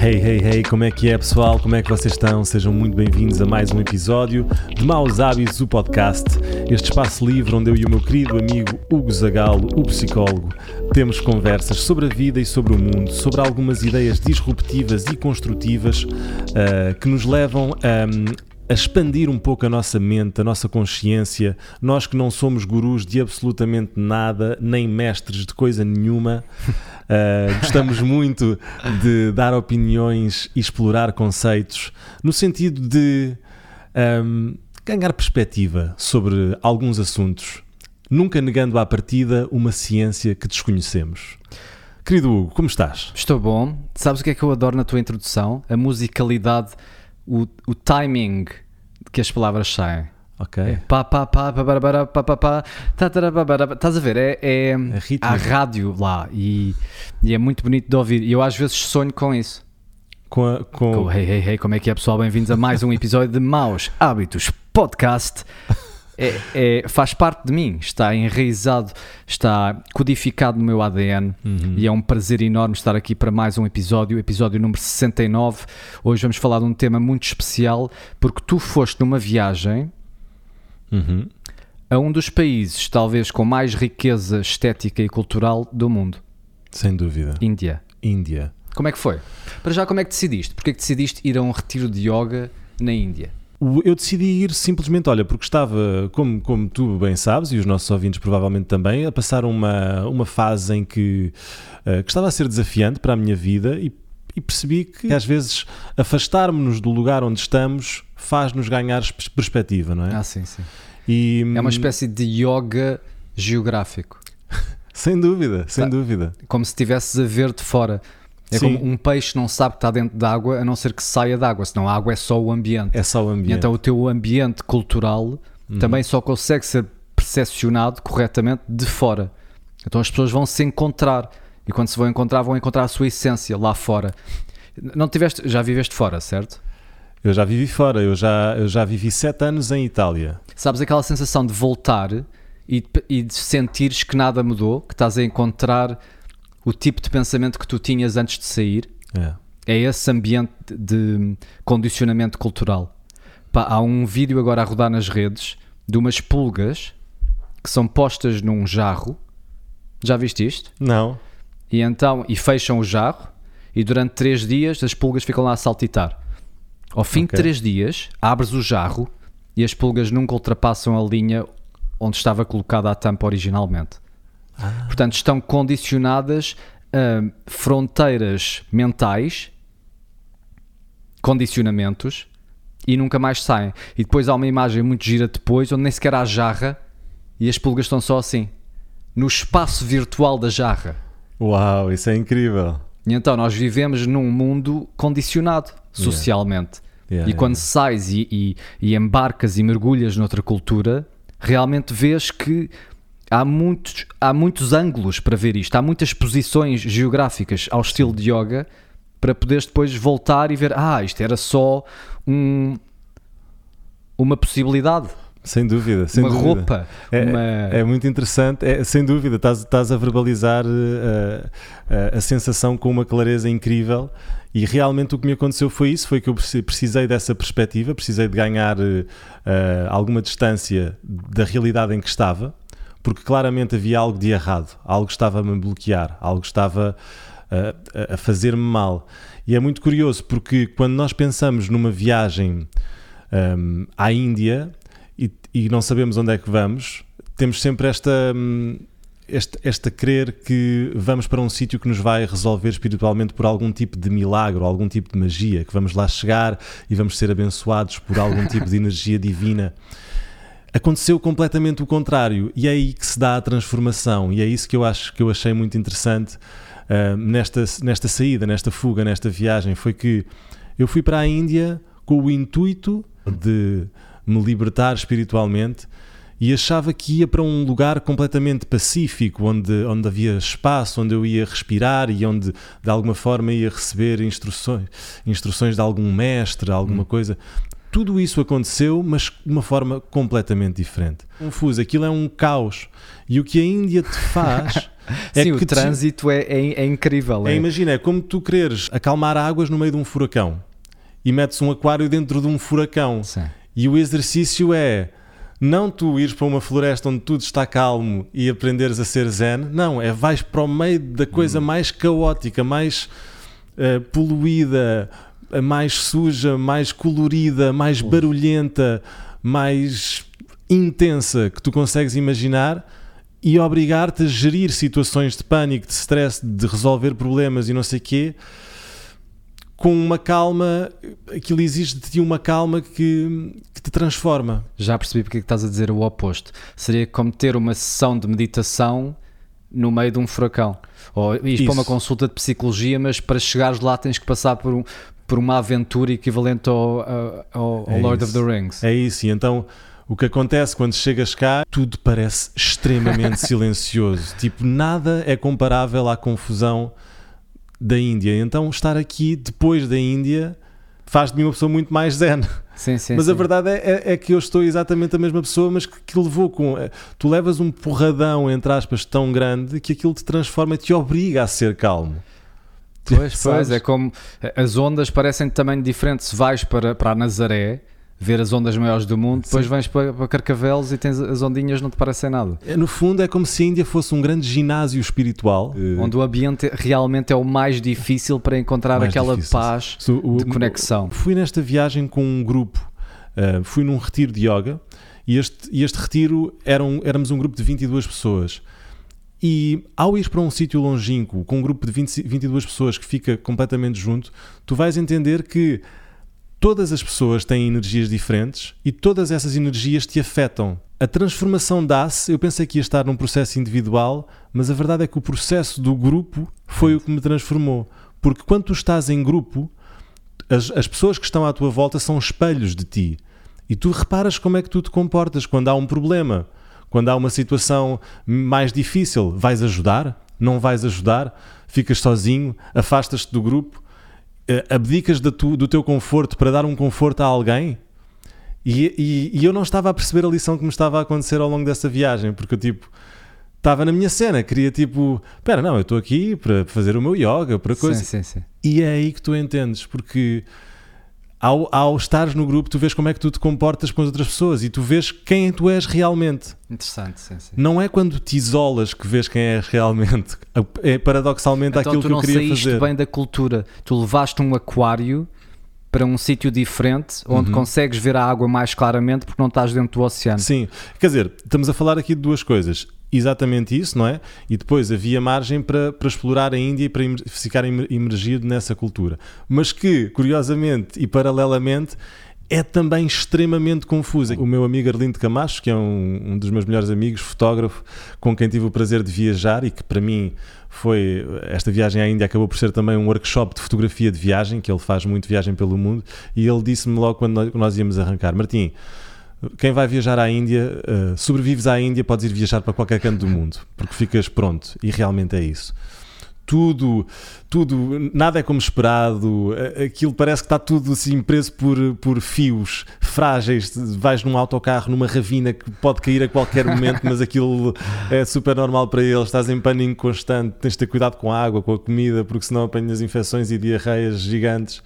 Hey, hey, hey, como é que é, pessoal? Como é que vocês estão? Sejam muito bem-vindos a mais um episódio de Maus Hábitos, o podcast. Este espaço livre onde eu e o meu querido amigo Hugo Zagalo, o psicólogo, temos conversas sobre a vida e sobre o mundo, sobre algumas ideias disruptivas e construtivas que nos levam a expandir um pouco a nossa mente, a nossa consciência. Nós que não somos gurus de absolutamente nada, nem mestres de coisa nenhuma. Gostamos muito de dar opiniões e explorar conceitos no sentido de ganhar perspectiva sobre alguns assuntos, nunca negando à partida uma ciência que desconhecemos. Querido Hugo, como estás? Estou bom. Sabes o que é que eu adoro na tua introdução? A musicalidade, o timing que as palavras saem. Ok. Pá, pá, pá, pá, pá, pá, pá, pá, pá, tá, tá, pá, pá, pá. Estás a ver? É a rádio lá e é muito bonito de ouvir. E eu às vezes sonho com isso. Com hey, hey, hey, como é que é, pessoal? Bem-vindos a mais um episódio de Maus Hábitos Podcast. Faz parte de mim, está enraizado, está codificado no meu ADN e é um prazer enorme estar aqui para mais um episódio número 69. Hoje vamos falar de um tema muito especial porque tu foste numa viagem a um dos países talvez com mais riqueza estética e cultural do mundo. Sem dúvida. Índia. Como é que foi? Para já, como é que decidiste? Porquê é que decidiste ir a um retiro de yoga na Índia? Eu decidi ir simplesmente, olha, porque estava, como tu bem sabes, e os nossos ouvintes provavelmente também, a passar uma fase em que estava a ser desafiante para a minha vida e percebi que às vezes afastarmos-nos do lugar onde estamos faz-nos ganhar perspectiva, não é? Sim. É uma espécie de yoga geográfico. Sem dúvida. Como se estivesses a ver de fora. É Sim. Como um peixe não sabe que está dentro de água a não ser que saia de água, senão a água é só o ambiente. E então o teu ambiente cultural também só consegue ser percepcionado corretamente de fora. Então as pessoas vão se encontrar e quando se vão encontrar a sua essência lá fora. Já viveste fora, certo? Eu já vivi fora, eu já vivi 7 anos em Itália. Sabes aquela sensação de voltar e de sentires que nada mudou, que estás a encontrar o tipo de pensamento que tu tinhas antes de sair? É esse ambiente de condicionamento cultural. Há um vídeo agora a rodar nas redes de umas pulgas que são postas num jarro. Já viste isto? Não. E fecham o jarro e durante 3 dias as pulgas ficam lá a saltitar. Ao fim de 3 dias abres o jarro e as pulgas nunca ultrapassam a linha onde estava colocada a tampa originalmente. Portanto, estão condicionadas a fronteiras mentais, condicionamentos, e nunca mais saem. E depois há uma imagem muito gira depois, onde nem sequer há jarra, e as pulgas estão só assim, no espaço virtual da jarra. Uau, isso é incrível. E então nós vivemos num mundo condicionado socialmente. Quando sais e embarcas e mergulhas noutra cultura, realmente vês que há muitos ângulos para ver isto, há muitas posições geográficas ao estilo de yoga para poderes depois voltar e ver, isto era só uma possibilidade. Sem dúvida. Uma roupa. É muito interessante, sem dúvida, estás a verbalizar a sensação com uma clareza incrível. E realmente o que me aconteceu foi que eu precisei dessa perspectiva, precisei de ganhar alguma distância da realidade em que estava, porque claramente havia algo de errado, algo estava a me bloquear, algo estava a fazer-me mal. E é muito curioso porque quando nós pensamos numa viagem à Índia e não sabemos onde é que vamos, temos sempre esta crer que vamos para um sítio que nos vai resolver espiritualmente por algum tipo de milagre ou algum tipo de magia, que vamos lá chegar e vamos ser abençoados por algum tipo de energia divina. Aconteceu completamente o contrário e é aí que se dá a transformação e é isso que eu achei muito interessante nesta saída, nesta fuga, nesta viagem. Foi que eu fui para a Índia com o intuito de me libertar espiritualmente e achava que ia para um lugar completamente pacífico, onde havia espaço, onde eu ia respirar e onde de alguma forma ia receber instruções de algum mestre, alguma coisa. tudo isso aconteceu, mas de uma forma completamente diferente. Confuso, aquilo é um caos. E o que a Índia te faz... Sim, o trânsito é incrível. Imagina, é como tu quereres acalmar águas no meio de um furacão e metes um aquário dentro de um furacão. Sim. E o exercício é não tu ires para uma floresta onde tudo está calmo e aprenderes a ser zen, não, é vais para o meio da coisa mais caótica, mais poluída, mais suja, mais colorida, mais barulhenta, mais intensa que tu consegues imaginar, e obrigar-te a gerir situações de pânico, de stress, de resolver problemas e não sei o quê, com uma calma. Aquilo exige de ti uma calma que te transforma. Já percebi porque é que estás a dizer o oposto. Seria como ter uma sessão de meditação no meio de um furacão. Ou ir para uma consulta de psicologia, mas para chegares lá tens que passar por uma aventura equivalente ao Lord of the Rings. É isso, e então... O que acontece quando chegas cá, tudo parece extremamente silencioso. Tipo, nada é comparável à confusão da Índia. Então, estar aqui depois da Índia faz de mim uma pessoa muito mais zen. Sim, mas a verdade é que eu estou exatamente a mesma pessoa, mas que levou com... Tu levas um porradão, entre aspas, tão grande que aquilo te transforma e te obriga a ser calmo. Pois, é como... As ondas parecem de tamanho diferente. Se vais para a Nazaré... ver as ondas maiores do mundo, depois vens para Carcavelos e tens as ondinhas, não te parecem nada. No fundo é como se a Índia fosse um grande ginásio espiritual. Onde o ambiente realmente é o mais difícil para encontrar aquela paz de conexão. Fui nesta viagem com um grupo, fui num retiro de yoga e este retiro éramos um grupo de 22 pessoas. E ao ir para um sítio longínquo com um grupo de 22 pessoas que fica completamente junto, tu vais entender que todas as pessoas têm energias diferentes e todas essas energias te afetam. A transformação dá-se, eu pensei que ia estar num processo individual, mas a verdade é que o processo do grupo foi o que me transformou. Porque quando tu estás em grupo, as pessoas que estão à tua volta são espelhos de ti. E tu reparas como é que tu te comportas quando há um problema, quando há uma situação mais difícil. Vais ajudar? Não vais ajudar? Ficas sozinho? Afastas-te do grupo? Abdicas do teu conforto para dar um conforto a alguém? E eu não estava a perceber a lição que me estava a acontecer ao longo dessa viagem, porque eu estava na minha cena, queria eu estou aqui para fazer o meu yoga, para coisa. Sim. E é aí que tu entendes, porque ao estares no grupo tu vês como é que tu te comportas com as outras pessoas e tu vês quem tu és realmente. Interessante, sim. Não é quando te isolas que vês quem és realmente. É paradoxalmente então, aquilo que eu queria fazer. Então tu não saíste bem da cultura. Tu levaste um aquário para um sítio diferente, onde consegues ver a água mais claramente porque não estás dentro do oceano. Sim, quer dizer, estamos a falar aqui de duas coisas. Exatamente isso, não é? E depois havia margem para explorar a Índia e para ficar imergido nessa cultura. Mas que, curiosamente e paralelamente, é também extremamente confusa. O meu amigo Arlindo Camacho, que é um dos meus melhores amigos, fotógrafo, com quem tive o prazer de viajar e que para mim esta viagem à Índia acabou por ser também um workshop de fotografia de viagem, que ele faz muito viagem pelo mundo, e ele disse-me logo quando nós íamos arrancar: Martim, quem vai viajar à Índia, sobrevives à Índia, podes ir viajar para qualquer canto do mundo, porque ficas pronto. E realmente é isso. Tudo, nada é como esperado, aquilo parece que está tudo assim preso por fios frágeis. Vais num autocarro, numa ravina que pode cair a qualquer momento, mas aquilo é super normal para eles. Estás em pânico constante, tens de ter cuidado com a água, com a comida, porque senão apanhas infecções e diarreias gigantes.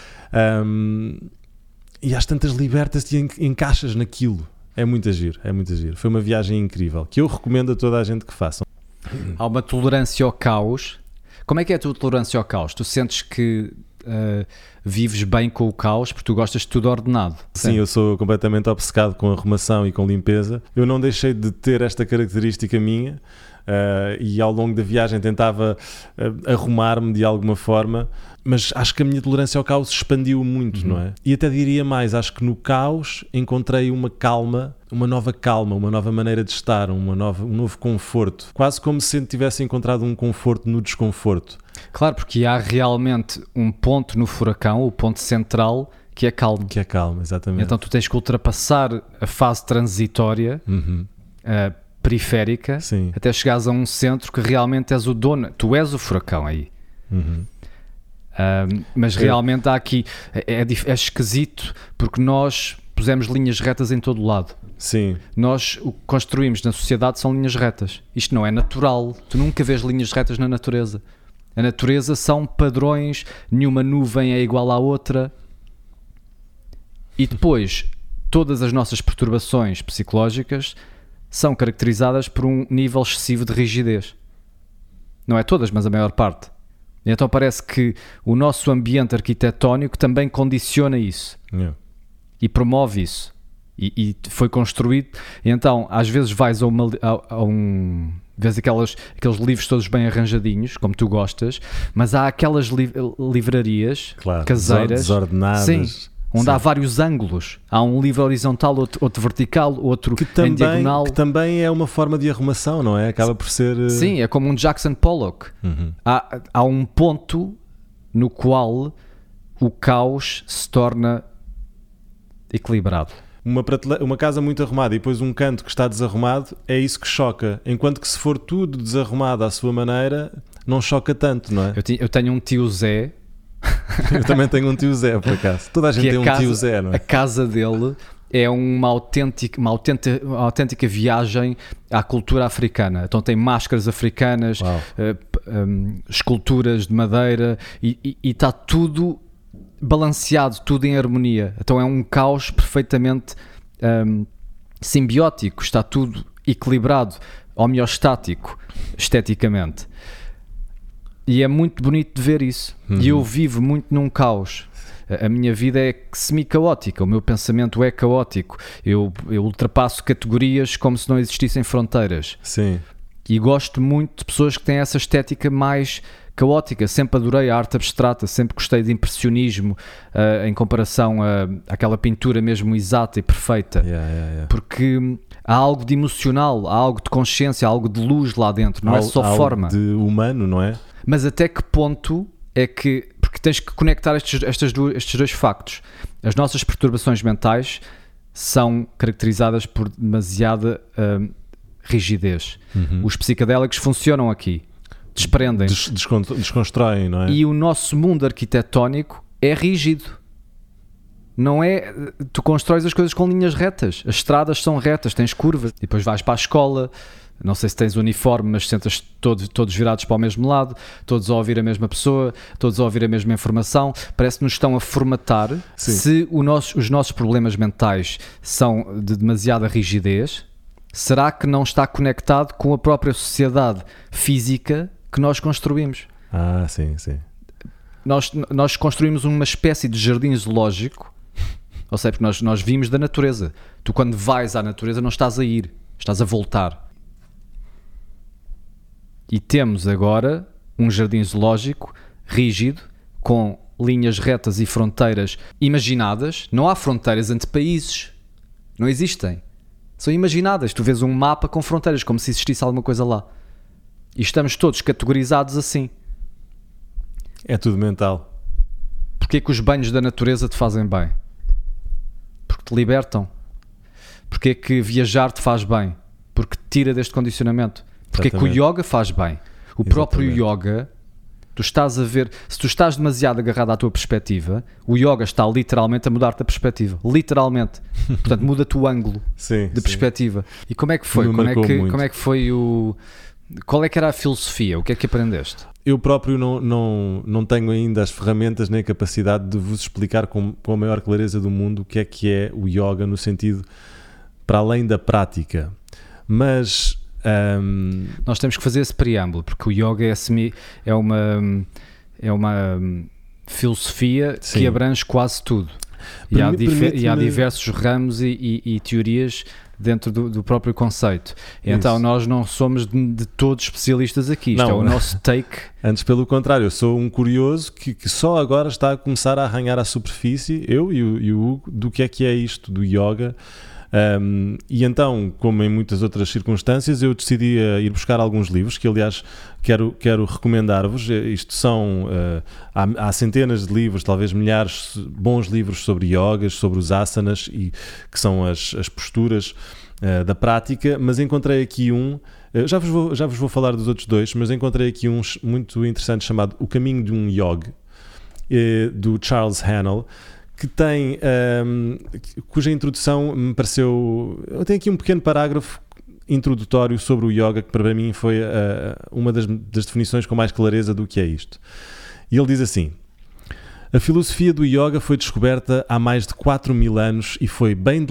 E às tantas libertas-te e encaixas naquilo. É muito giro. Foi uma viagem incrível, que eu recomendo a toda a gente que façam. Há uma tolerância ao caos. Como é que é a tua tolerância ao caos? Tu sentes que vives bem com o caos porque tu gostas de tudo ordenado? Sim, eu sou completamente obcecado com arrumação e com limpeza. Eu não deixei de ter esta característica minha e ao longo da viagem tentava arrumar-me de alguma forma, mas acho que a minha tolerância ao caos expandiu muito, não é? E até diria mais, acho que no caos encontrei uma calma, uma nova maneira de estar, um novo conforto, quase como se tivesse encontrado um conforto no desconforto. Claro, porque há realmente um ponto no furacão, o ponto central, que é calmo. Que é calmo, exatamente. Então tu tens que ultrapassar a fase transitória, periférica, sim, até chegares a um centro que realmente és o dono. Tu és o furacão aí. Mas realmente há aqui, é esquisito, porque nós pusemos linhas retas em todo o lado. Sim. Nós o que construímos na sociedade são linhas retas. Isto não é natural. Tu nunca vês linhas retas na natureza. A natureza são padrões, nenhuma nuvem é igual à outra. E depois, todas as nossas perturbações psicológicas são caracterizadas por um nível excessivo de rigidez. Não é todas, mas a maior parte. E então parece que o nosso ambiente arquitetónico também condiciona isso. Yeah. E promove isso. E foi construído. E então, às vezes vais a um... Vês aqueles livros todos bem arranjadinhos, como tu gostas, mas há aquelas livrarias caseiras, desordenadas, sim, onde há vários ângulos. Há um livro horizontal, outro vertical, outro em diagonal. Que também é uma forma de arrumação, não é? Acaba por ser... Sim, é como um Jackson Pollock. Uhum. Há um ponto no qual o caos se torna equilibrado. Uma casa muito arrumada e depois um canto que está desarrumado, é isso que choca. Enquanto que se for tudo desarrumado à sua maneira, não choca tanto, não é? Eu tenho um tio Zé. Eu também tenho um tio Zé, por acaso. Toda a gente tem um tio Zé, não é? A casa dele é uma autêntica viagem à cultura africana. Então tem máscaras africanas, esculturas de madeira e está tudo... balanceado, tudo em harmonia. Então é um caos perfeitamente simbiótico, está tudo equilibrado, homeostático, esteticamente. E é muito bonito de ver isso. E eu vivo muito num caos. A minha vida é semi-caótica, o meu pensamento é caótico. Eu ultrapasso categorias como se não existissem fronteiras. Sim. E gosto muito de pessoas que têm essa estética mais caótica. Sempre adorei a arte abstrata, sempre gostei de impressionismo em comparação àquela pintura mesmo exata e perfeita. Porque há algo de emocional, há algo de consciência, há algo de luz lá dentro, não é só forma. Algo de humano, não é? Mas até que ponto é que... Porque tens que conectar estes dois factos. As nossas perturbações mentais são caracterizadas por demasiada rigidez. Os psicadélicos funcionam aqui. Desprendem. Desconstroem, não é? E o nosso mundo arquitetónico é rígido. Não é... Tu constróis as coisas com linhas retas. As estradas são retas, tens curvas. E depois vais para a escola, não sei se tens uniforme, mas sentas todos virados para o mesmo lado, todos a ouvir a mesma pessoa, todos a ouvir a mesma informação. Parece que nos estão a formatar. Sim. Se os nossos problemas mentais são de demasiada rigidez, será que não está conectado com a própria sociedade física que nós construímos? Sim. Nós construímos uma espécie de jardim zoológico, ou seja, porque nós vimos da natureza. Tu, quando vais à natureza, não estás a ir, estás a voltar. E temos agora um jardim zoológico rígido, com linhas retas e fronteiras imaginadas. Não há fronteiras entre países, não existem. São imaginadas. Tu vês um mapa com fronteiras, como se existisse alguma coisa lá. E estamos todos categorizados assim. É tudo mental. Porquê que os banhos da natureza te fazem bem? Porque te libertam. Porquê que viajar te faz bem? Porque te tira deste condicionamento. Porquê que o yoga faz bem? O próprio yoga, tu estás a ver... Se tu estás demasiado agarrado à tua perspectiva, o yoga está literalmente a mudar-te a perspectiva. Literalmente. Portanto, muda-te o ângulo de perspectiva. E como é que foi? Como é que foi o... Qual é que era a filosofia? O que é que aprendeste? Eu próprio não tenho ainda as ferramentas nem a capacidade de vos explicar com a maior clareza do mundo o que é o yoga no sentido para além da prática. Mas... nós temos que fazer esse preâmbulo, porque o yoga é uma filosofia que abrange quase tudo. E há diversos ramos e teorias dentro do próprio conceito. Então nós não somos de todos especialistas aqui. Isto é o nosso take. Antes, pelo contrário, eu sou um curioso que só agora está a começar a arranhar à superfície, eu e o Hugo, do que é isto do yoga. E então, como em muitas outras circunstâncias, eu decidi ir buscar alguns livros que, aliás, quero recomendar-vos. Isto são há centenas de livros, talvez milhares, bons livros sobre yogas, sobre os asanas, e que são as posturas da prática, mas encontrei aqui já vos vou falar dos outros dois, mas encontrei aqui um muito interessante chamado O Caminho de um Yogi, do Charles Haanel, que tem, cuja introdução me pareceu... Eu tenho aqui um pequeno parágrafo introdutório sobre o yoga, que para mim foi uma das definições com mais clareza do que é isto. E ele diz assim: a filosofia do yoga foi descoberta há mais de 4.000 anos e foi bem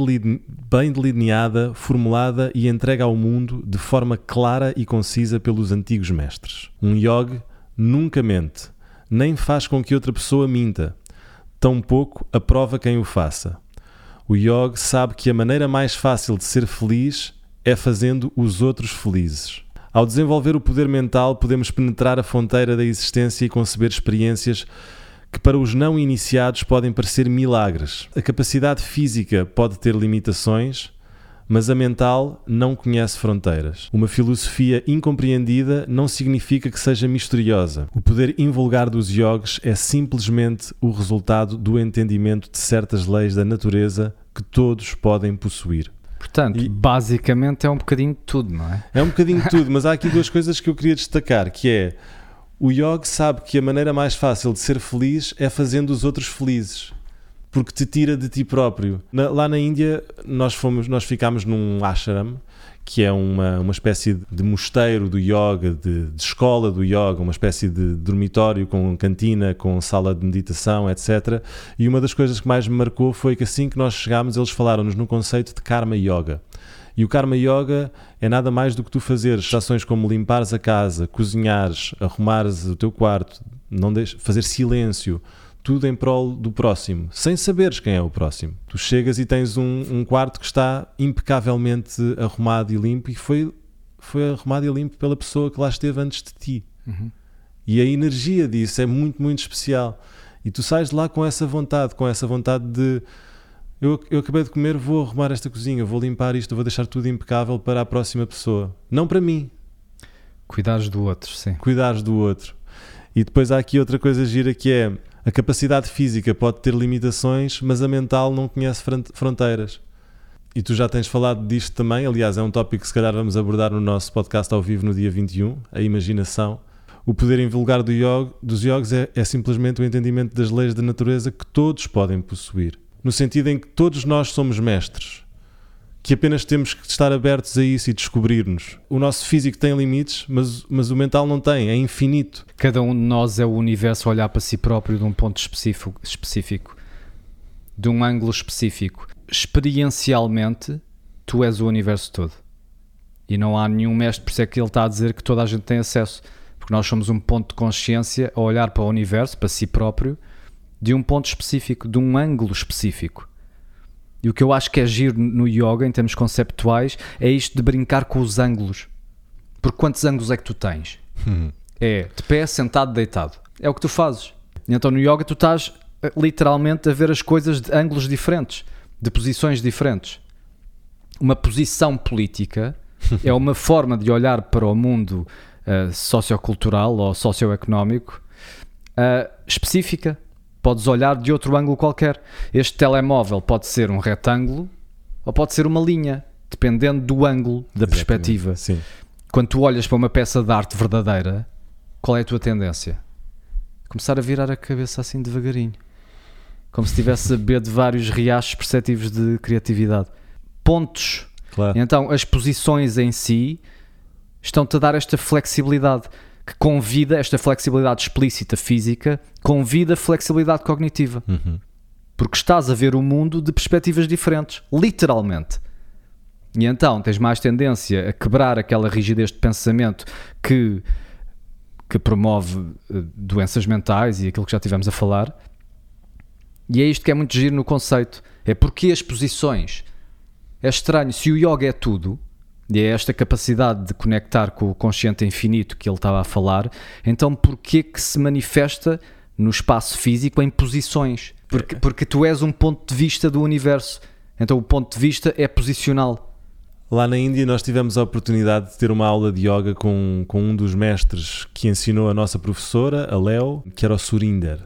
delineada, formulada e entregue ao mundo de forma clara e concisa pelos antigos mestres. Um yogi nunca mente, nem faz com que outra pessoa minta, tampouco aprova quem o faça. O yogi sabe que a maneira mais fácil de ser feliz é fazendo os outros felizes. Ao desenvolver o poder mental, podemos penetrar a fronteira da existência e conceber experiências que para os não iniciados podem parecer milagres. A capacidade física pode ter limitações, mas a mental não conhece fronteiras. Uma filosofia incompreendida não significa que seja misteriosa. O poder invulgar dos yogis é simplesmente o resultado do entendimento de certas leis da natureza que todos podem possuir. Portanto, basicamente é um bocadinho de tudo, não é? É um bocadinho de tudo, mas há aqui duas coisas que eu queria destacar, que é: o yogi sabe que a maneira mais fácil de ser feliz é fazendo os outros felizes, porque te tira de ti próprio. Lá na Índia nós ficámos num ashram, que é uma espécie de mosteiro do yoga, de escola do yoga, uma espécie de dormitório com cantina, com sala de meditação, etc. E uma das coisas que mais me marcou foi que assim que nós chegámos, eles falaram-nos no conceito de Karma Yoga. E o Karma Yoga é nada mais do que tu fazeres ações como limpares a casa, cozinhares, arrumares o teu quarto, fazer silêncio, tudo em prol do próximo, sem saberes quem é o próximo. Tu chegas e tens um quarto que está impecavelmente arrumado e limpo, e foi arrumado e limpo pela pessoa que lá esteve antes de ti. Uhum. E a energia disso é muito, muito especial. E tu sais de lá com essa vontade de... Eu acabei de comer, vou arrumar esta cozinha, vou limpar isto, vou deixar tudo impecável para a próxima pessoa. Não para mim. Cuidares do outro, sim. Cuidares do outro. E depois há aqui outra coisa gira, que é: a capacidade física pode ter limitações, mas a mental não conhece fronteiras. E tu já tens falado disto também. Aliás, é um tópico que se calhar vamos abordar no nosso podcast ao vivo no dia 21, a imaginação. O poder invulgar dos yogis é simplesmente o entendimento das leis da natureza que todos podem possuir. No sentido em que todos nós somos mestres, que apenas temos que estar abertos a isso e descobrir-nos. O nosso físico tem limites, mas o mental não tem, é infinito. Cada um de nós é o universo a olhar para si próprio de um ponto específico, de um ângulo específico. Experiencialmente, tu és o universo todo. E não há nenhum mestre, por isso é que ele está a dizer que toda a gente tem acesso. Porque nós somos um ponto de consciência a olhar para o universo, para si próprio, de um ponto específico, de um ângulo específico. E o que eu acho que é giro no yoga, em termos conceptuais, é isto de brincar com os ângulos. Porque quantos ângulos é que tu tens? É de pé, sentado, deitado. É o que tu fazes. E então no yoga tu estás literalmente a ver as coisas de ângulos diferentes, de posições diferentes. Uma posição política é uma forma de olhar para o mundo sociocultural ou socioeconómico específica. Podes olhar de outro ângulo qualquer. Este telemóvel pode ser um retângulo ou pode ser uma linha, dependendo do ângulo, da perspectiva. Sim. Quando tu olhas para uma peça de arte verdadeira, qual é a tua tendência? Começar a virar a cabeça assim devagarinho. Como se estivesse a beber de vários riachos perceptivos de criatividade. Pontos. Claro. Então, as posições em si estão-te a dar esta flexibilidade, que convida, esta flexibilidade explícita física, convida a flexibilidade cognitiva. Uhum. Porque estás a ver o mundo de perspectivas diferentes, literalmente. E então tens mais tendência a quebrar aquela rigidez de pensamento que promove doenças mentais e aquilo que já tivemos a falar. E é isto que é muito giro no conceito. É porque as posições. É estranho, se o yoga é tudo, e é esta capacidade de conectar com o consciente infinito que ele estava a falar, então porquê que se manifesta no espaço físico em posições? Porque tu és um ponto de vista do universo. Então o ponto de vista é posicional. Lá na Índia nós tivemos a oportunidade de ter uma aula de yoga com um dos mestres que ensinou a nossa professora, a Leo, que era o Surinder.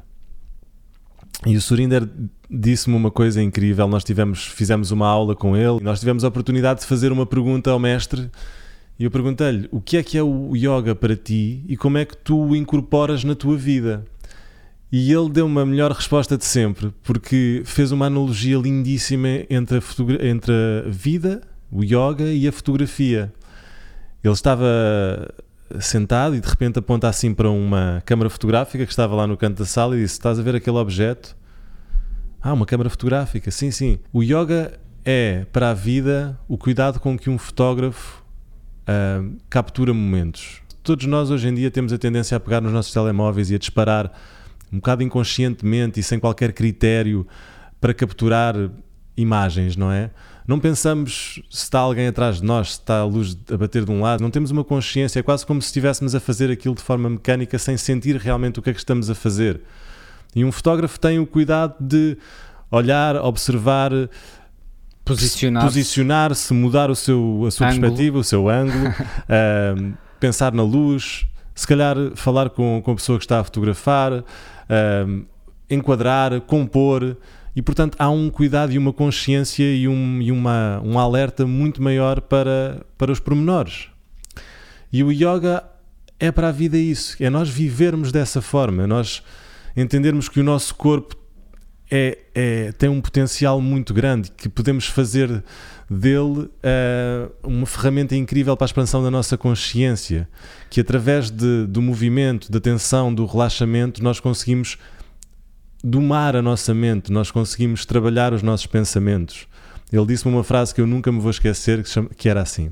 E o Surinder disse-me uma coisa incrível. Nós fizemos uma aula com ele e nós tivemos a oportunidade de fazer uma pergunta ao mestre, e eu perguntei-lhe: o que é o yoga para ti e como é que tu o incorporas na tua vida? E ele deu uma melhor resposta de sempre, porque fez uma analogia lindíssima entre a vida, o yoga e a fotografia. Ele estava sentado e de repente aponta assim para uma câmara fotográfica que estava lá no canto da sala e disse: estás a ver aquele objeto? Uma câmara fotográfica, sim. O yoga é, para a vida, o cuidado com que um fotógrafo captura momentos. Todos nós hoje em dia temos a tendência a pegar nos nossos telemóveis e a disparar um bocado inconscientemente e sem qualquer critério para capturar imagens, não é? Não pensamos se está alguém atrás de nós, se está a luz a bater de um lado, não temos uma consciência, é quase como se estivéssemos a fazer aquilo de forma mecânica sem sentir realmente o que é que estamos a fazer. E um fotógrafo tem o cuidado de olhar, observar, posicionar-se, mudar a sua perspectiva, o seu ângulo, pensar na luz, se calhar falar com a pessoa que está a fotografar, enquadrar, compor, e portanto há um cuidado e uma consciência e um alerta muito maior para os pormenores. E o yoga é para a vida isso, é nós vivermos dessa forma, nós entendermos que o nosso corpo tem um potencial muito grande, que podemos fazer dele uma ferramenta incrível para a expansão da nossa consciência, que através do movimento, da tensão, do relaxamento, nós conseguimos domar a nossa mente, nós conseguimos trabalhar os nossos pensamentos. Ele disse-me uma frase que eu nunca me vou esquecer, que era assim: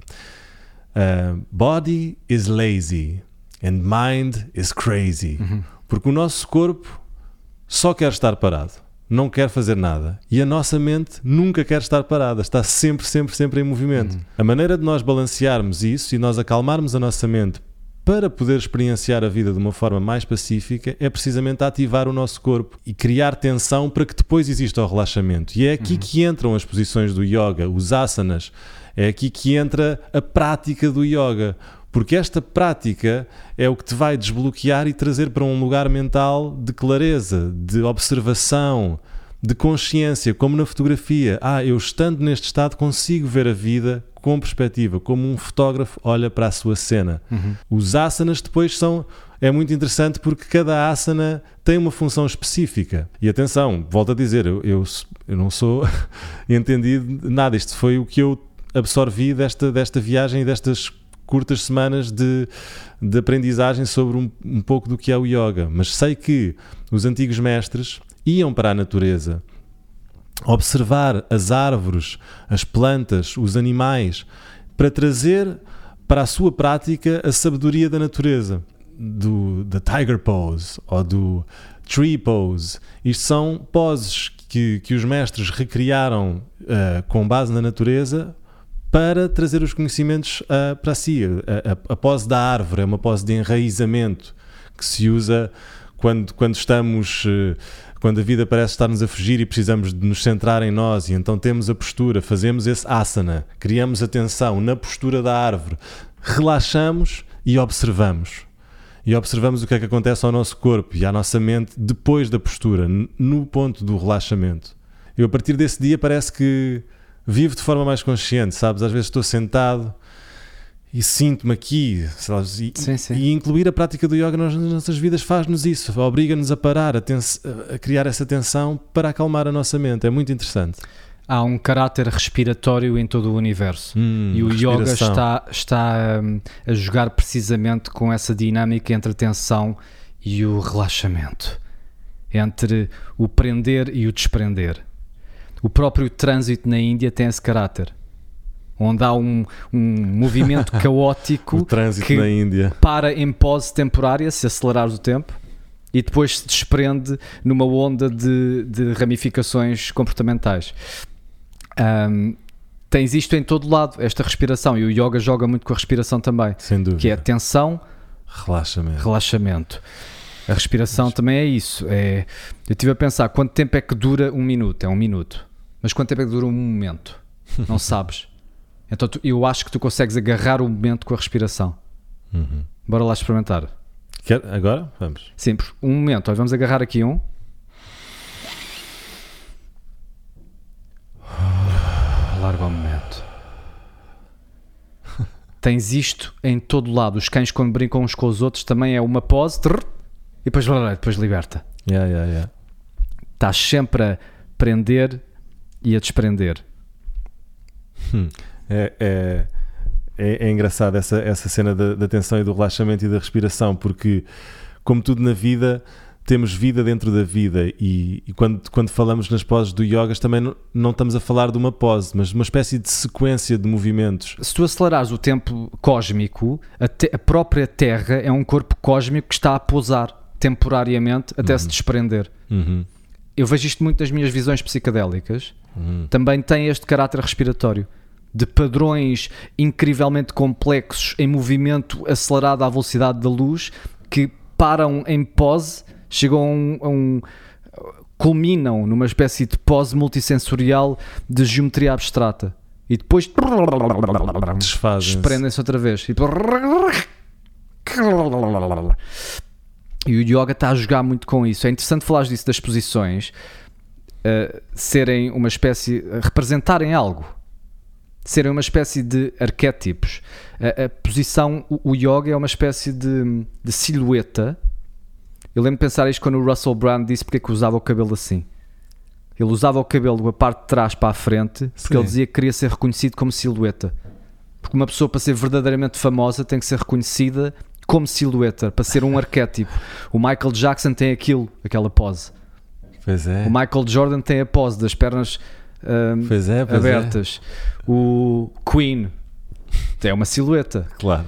body is lazy and mind is crazy. Porque o nosso corpo só quer estar parado, não quer fazer nada, e a nossa mente nunca quer estar parada, está sempre em movimento. A maneira de nós balancearmos isso e nós acalmarmos a nossa mente para poder experienciar a vida de uma forma mais pacífica é precisamente ativar o nosso corpo e criar tensão para que depois exista o relaxamento. E é aqui que entram as posições do yoga, os asanas, é aqui que entra a prática do yoga, porque esta prática é o que te vai desbloquear e trazer para um lugar mental de clareza, de observação, de consciência, como na fotografia. Eu estando neste estado consigo ver a vida com perspectiva, como um fotógrafo olha para a sua cena. Os asanas depois é muito interessante porque cada asana tem uma função específica. E atenção, volto a dizer, eu não sou entendido de nada. Isto foi o que eu absorvi desta viagem e destas curtas semanas de aprendizagem sobre um pouco do que é o yoga. Mas sei que os antigos mestres iam para a natureza observar as árvores, as plantas, os animais, para trazer para a sua prática a sabedoria da natureza, da Tiger Pose ou do Tree Pose. Isto são poses que os mestres recriaram com base na natureza para trazer os conhecimentos para si. A pose da árvore é uma pose de enraizamento que se usa quando a vida parece estar-nos a fugir e precisamos de nos centrar em nós, e então temos a postura, fazemos esse asana, criamos atenção na postura da árvore, relaxamos e observamos. E observamos o que é que acontece ao nosso corpo e à nossa mente depois da postura, no ponto do relaxamento. Eu, a partir desse dia, parece que vivo de forma mais consciente, sabes? Às vezes estou sentado e sinto-me aqui, sabes? E incluir a prática do yoga nas nossas vidas faz-nos isso, obriga-nos a parar, a criar essa tensão para acalmar a nossa mente. É muito interessante. Há um caráter respiratório em todo o universo e o yoga está a jogar precisamente com essa dinâmica entre a tensão e o relaxamento, entre o prender e o desprender. O próprio trânsito na Índia tem esse caráter, onde há um movimento caótico o trânsito que na Índia para em pose temporária, se acelerares o tempo, e depois se desprende numa onda de ramificações comportamentais. Tens isto em todo lado, esta respiração, e o yoga joga muito com a respiração também, sem dúvida, que é tensão, relaxamento. A respiração também é isso. Eu estive a pensar, quanto tempo é que dura um minuto? É um minuto. Mas quanto tempo é que dura um momento? Não sabes. Então eu acho que tu consegues agarrar o momento com a respiração. Bora lá experimentar. Agora? Vamos. Sim, um momento. Olha, vamos agarrar aqui um. Larga o momento. Tens isto em todo lado. Os cães, quando brincam uns com os outros, também é uma pose e depois liberta. Estás sempre a prender e a desprender. É engraçado essa cena da tensão e do relaxamento e da respiração, porque, como tudo na vida, temos vida dentro da vida, e quando falamos nas poses do yoga também não estamos a falar de uma pose, mas de uma espécie de sequência de movimentos. Se tu acelerares o tempo cósmico, a própria Terra é um corpo cósmico que está a pousar temporariamente até se desprender. Eu vejo isto muito nas minhas visões psicadélicas. Também tem este caráter respiratório, de padrões incrivelmente complexos em movimento acelerado à velocidade da luz, que param em pose, chegam culminam numa espécie de pose multissensorial de geometria abstrata e depois desprendem-se outra vez e o yoga está a jogar muito com isso. É interessante falar disso, das posições serem uma espécie, representarem algo, serem uma espécie de arquétipos. A posição, o yoga é uma espécie de silhueta. Eu lembro de pensar isto quando o Russell Brand disse porque é que usava o cabelo assim. Ele usava o cabelo da parte de trás para a frente porque ele dizia que queria ser reconhecido como silhueta. Porque uma pessoa, para ser verdadeiramente famosa, tem que ser reconhecida como silhueta, para ser um arquétipo. O Michael Jackson tem aquela pose. Pois é. O Michael Jordan tem a pose das pernas abertas. O Queen é uma silhueta. Claro.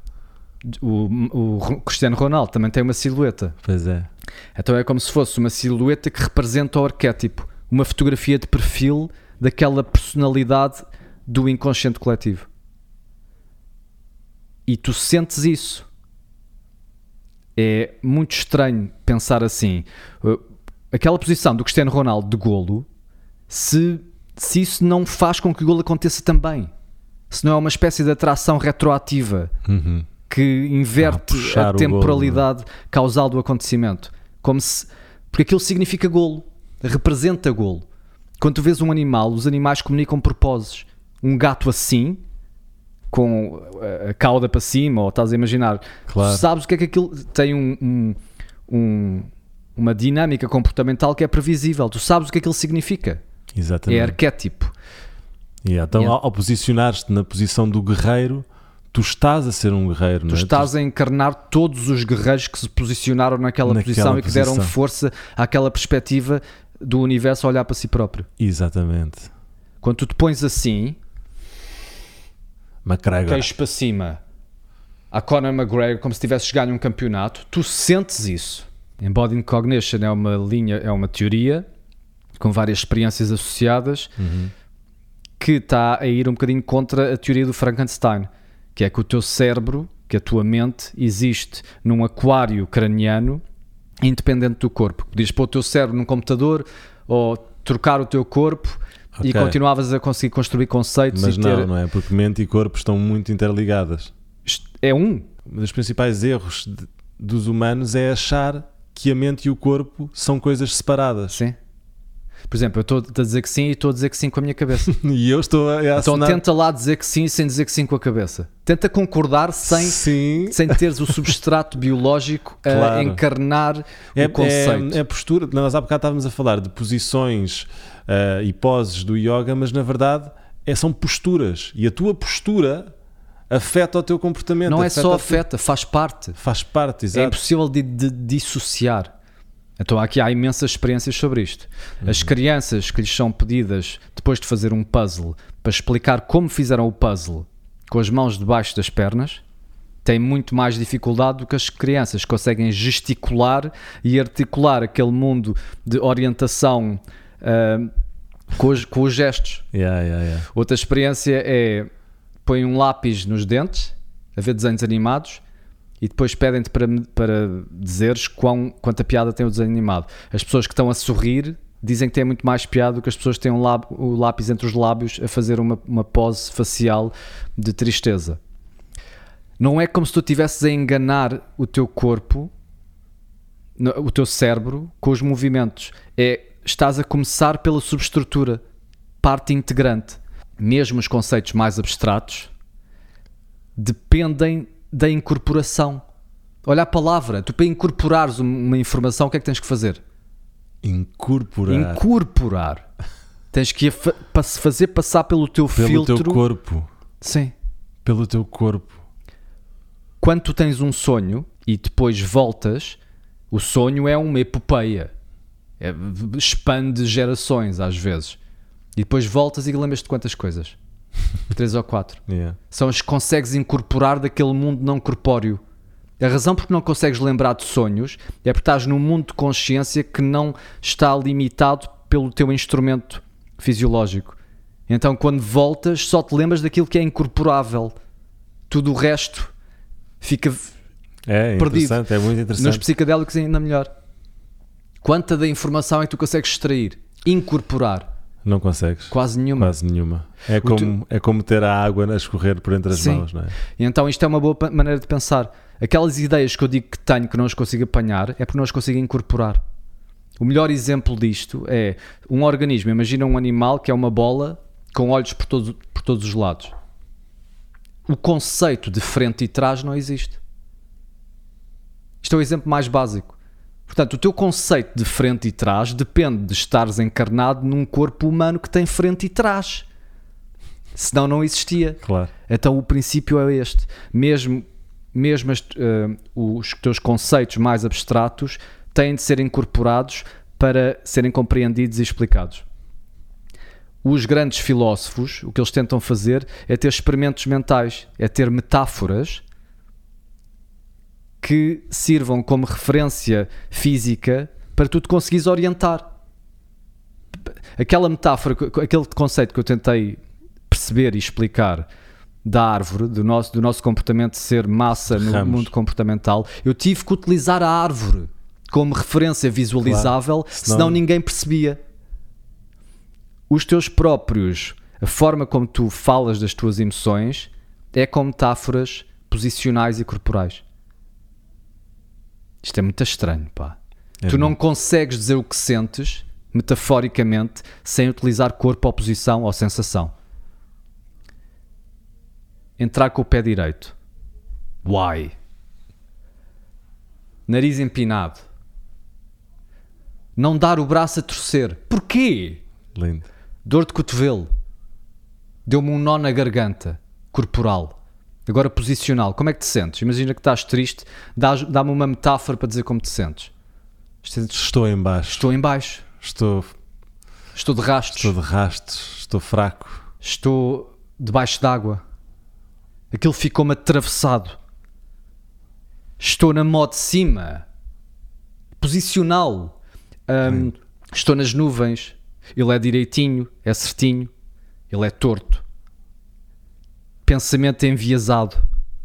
O Cristiano Ronaldo também tem uma silhueta. Pois é. Então é como se fosse uma silhueta que representa o arquétipo, uma fotografia de perfil daquela personalidade do inconsciente coletivo. E tu sentes isso. É muito estranho pensar assim. Aquela posição do Cristiano Ronaldo de golo, se isso não faz com que o golo aconteça também, se não é uma espécie de atração retroativa que inverte a temporalidade causal do acontecimento, porque aquilo significa golo, representa golo. Quando tu vês um animal, os animais comunicam por poses. Um gato assim, com a cauda para cima, ou estás a imaginar, claro. Sabes o que é que aquilo tem, uma dinâmica comportamental que é previsível. Tu sabes o que é que ele significa. Exatamente. É arquétipo. Então, ao posicionar-te na posição do guerreiro, tu estás a ser um guerreiro. Tu estás a encarnar todos os guerreiros que se posicionaram naquela posição e que deram força àquela perspectiva do universo a olhar para si próprio. Exatamente. Quando tu te pões assim, McGregor, queixo para cima, a Conor McGregor, como se tivesses ganho um campeonato, tu sentes isso. Embodied Cognition é uma teoria com várias experiências associadas que está a ir um bocadinho contra a teoria do Frankenstein, que é que o teu cérebro, que a tua mente existe num aquário craniano independente do corpo. Podias pôr o teu cérebro num computador ou trocar o teu corpo e continuavas a conseguir construir conceitos. Mas não é? Porque mente e corpo estão muito interligadas. É um dos principais erros dos humanos é achar que a mente e o corpo são coisas separadas. Sim. Por exemplo, eu estou a dizer que sim e estou a dizer que sim com a minha cabeça. E eu estou a assinar... Então tenta lá dizer que sim sem dizer que sim com a cabeça. Tenta concordar sem teres o substrato biológico a encarnar o conceito. É a postura. Nós há bocado estávamos a falar de posições e poses do yoga, mas na verdade são posturas. E a tua postura afeta o teu comportamento. Não é só afeta, faz parte. Faz parte, exato. É impossível de dissociar. Então aqui há imensas experiências sobre isto. As crianças que lhes são pedidas, depois de fazer um puzzle, para explicar como fizeram o puzzle com as mãos debaixo das pernas, têm muito mais dificuldade do que as crianças que conseguem gesticular e articular aquele mundo de orientação com os gestos. Outra experiência é: põem um lápis nos dentes, a ver desenhos animados, e depois pedem-te para dizeres quanta piada tem o desenho animado. As pessoas que estão a sorrir dizem que tem muito mais piada do que as pessoas que têm o lápis entre os lábios a fazer uma pose facial de tristeza. Não é como se tu estivesses a enganar o teu corpo, o teu cérebro, com os movimentos. Estás a começar pela subestrutura, parte integrante. Mesmo os conceitos mais abstratos dependem da incorporação. Olha a palavra. Tu, para incorporares uma informação, o que é que tens que fazer? Incorporar. Tens que fazer passar pelo teu filtro. Pelo teu corpo. Sim. Pelo teu corpo. Quando tu tens um sonho e depois voltas, o sonho é uma epopeia. Expande gerações às vezes. E depois voltas e lembras-te de quantas coisas? 3 ou 4. Yeah. São as que consegues incorporar daquele mundo não corpóreo. A razão porque não consegues lembrar de sonhos é porque estás num mundo de consciência que não está limitado pelo teu instrumento fisiológico. Então quando voltas só te lembras daquilo que é incorporável. Tudo o resto fica perdido. É muito interessante. Nos psicodélicos ainda melhor. Quanta da informação é que tu consegues extrair? Incorporar? Não consegues. Quase nenhuma. É como ter a água a escorrer por entre as mãos, não é? E então isto é uma boa maneira de pensar. Aquelas ideias que eu digo que tenho que não as consigo apanhar é porque não as consigo incorporar. O melhor exemplo disto é um organismo. Imagina um animal que é uma bola com olhos por todos os lados. O conceito de frente e trás não existe. Isto é o exemplo mais básico. Portanto, o teu conceito de frente e trás depende de estares encarnado num corpo humano que tem frente e trás. Senão não existia. Claro. Então o princípio é este. Mesmo os teus conceitos mais abstratos têm de ser incorporados para serem compreendidos e explicados. Os grandes filósofos, o que eles tentam fazer é ter experimentos mentais, é ter metáforas que sirvam como referência física para tu te conseguires orientar. Aquela metáfora, aquele conceito que eu tentei perceber e explicar da árvore, do nosso comportamento ser massa no mundo comportamental, eu tive que utilizar a árvore como referência visualizável, claro. Senão ninguém percebia. Os teus próprios, a forma como tu falas das tuas emoções é com metáforas posicionais e corporais. Isto é muito estranho, pá. Tu não consegues dizer o que sentes, metaforicamente, sem utilizar corpo ou posição ou sensação. Entrar com o pé direito. Why? Nariz empinado. Não dar o braço a torcer. Porquê? Lindo. Dor de cotovelo. Deu-me um nó na garganta. Corporal. Agora posicional. Como é que te sentes? Imagina que estás triste. Dá-me uma metáfora para dizer como te sentes. Estou em baixo. Estou em baixo. Estou de rastos. Estou fraco. Estou debaixo d'água. Aquilo ficou-me atravessado. Estou na mó de cima. Posicional. Estou nas nuvens. Ele é direitinho, é certinho. Ele é torto. Pensamento enviesado.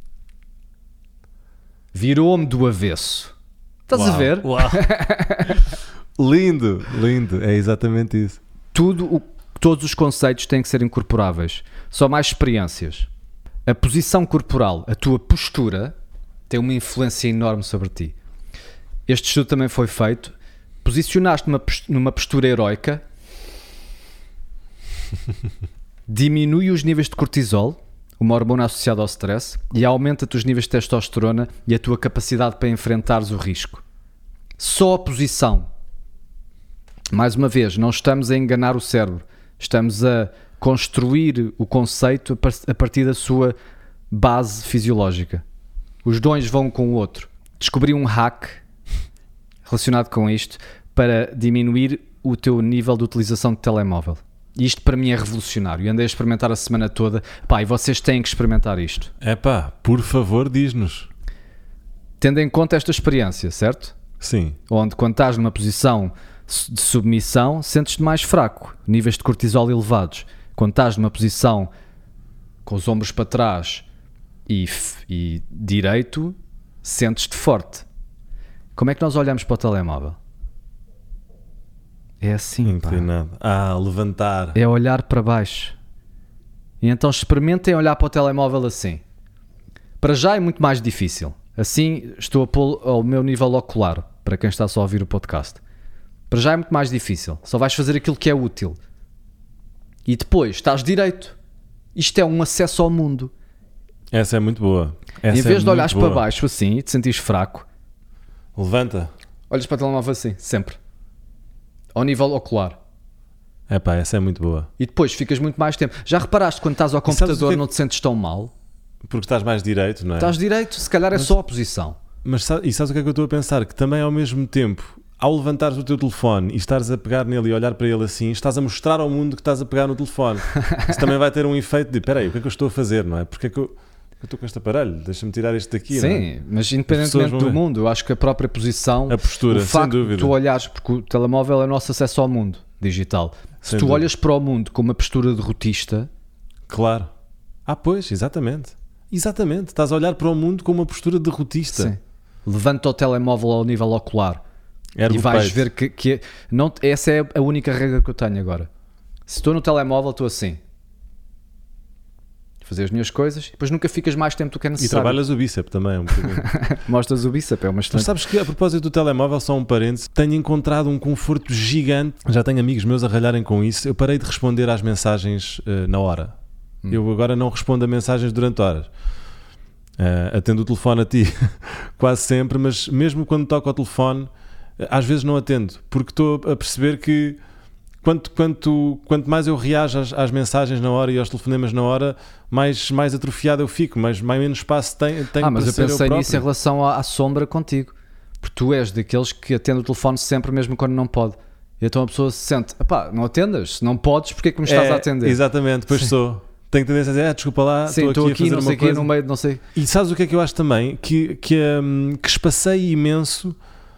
Virou-me do avesso. Estás a ver? Uau. Lindo, lindo. É exatamente isso. Todos os conceitos têm que ser incorporáveis. Só mais experiências. A posição corporal, a tua postura, tem uma influência enorme sobre ti. Este estudo também foi feito. Posicionaste numa postura heroica, diminui os níveis de cortisol, uma hormona associada ao stress, e aumenta-te os níveis de testosterona e a tua capacidade para enfrentares o risco. Só a posição. Mais uma vez, não estamos a enganar o cérebro. Estamos a construir o conceito a partir da sua base fisiológica. Os dons vão com o outro. Descobri um hack relacionado com isto para diminuir o teu nível de utilização de telemóvel. Isto para mim é revolucionário. Andei a experimentar a semana toda. Pá, e vocês têm que experimentar isto. Por favor, diz-nos. Tendo em conta esta experiência, certo? Sim. Onde quando estás numa posição de submissão, sentes-te mais fraco. Níveis de cortisol elevados. Quando estás numa posição com os ombros para trás e direito, sentes-te forte. Como é que nós olhamos para o telemóvel? É assim, inclinado. Levantar. É olhar para baixo. E então experimentem olhar para o telemóvel assim. Para já é muito mais difícil. Assim estou a pôr ao meu nível ocular, para quem está só a ouvir o podcast. Para já é muito mais difícil. Só vais fazer aquilo que é útil. E depois estás direito. Isto é um acesso ao mundo. Essa é muito boa. Em vez de olhares para baixo assim e te sentires fraco, levanta. Olhas para o telemóvel assim, sempre. Ao nível ocular. Epá, essa é muito boa. E depois ficas muito mais tempo. Já reparaste quando estás ao computador não te sentes tão mal? Porque estás mais direito, não é? Estás direito, se calhar é só a posição. Mas sabes o que é que eu estou a pensar? Que também ao mesmo tempo, ao levantares o teu telefone e estares a pegar nele e olhar para ele assim, estás a mostrar ao mundo que estás a pegar no telefone. Isso também vai ter um efeito de, espera aí, o que é que eu estou a fazer, não é? Porque é que eu estou com este aparelho? Deixa-me tirar este daqui, sim, não é? mas independentemente do mundo, eu acho que a própria posição, a postura, o facto sem dúvida. de tu olhares, porque o telemóvel é o nosso acesso ao mundo digital. Se tu olhas para o mundo com uma postura derrotista... Claro. Pois, exatamente. Exatamente. Estás a olhar para o mundo com uma postura derrotista. Sim. Levanta o telemóvel ao nível ocular e vais ver que não, essa é a única regra que eu tenho agora. Se estou no telemóvel, estou assim. Fazer as minhas coisas e depois nunca ficas mais tempo do que é necessário. E trabalhas o bíceps também, um bocadinho. Mostras o bíceps, é uma excelente. Mas sabes que a propósito do telemóvel, só um parênteses, tenho encontrado um conforto gigante. Já tenho amigos meus a ralharem com isso. Eu parei de responder às mensagens na hora. Eu agora não respondo a mensagens durante horas. Atendo o telefone a ti quase sempre, mas mesmo quando toco ao telefone, às vezes não atendo, porque estou a perceber que quanto mais eu reajo às mensagens na hora e aos telefonemas na hora, mais atrofiado eu fico, menos espaço tenho para mas eu ser pensei eu nisso em relação à sombra contigo, porque tu és daqueles que atende o telefone sempre mesmo quando não pode, e então a pessoa se sente, não atendas, se não podes, porque é que me estás a atender? Exatamente, pois sou. Tenho tendência a dizer, desculpa lá, estou aqui a fazer uma coisa. No meio de não sei. E sabes o que é que eu acho também? Que espaceie imenso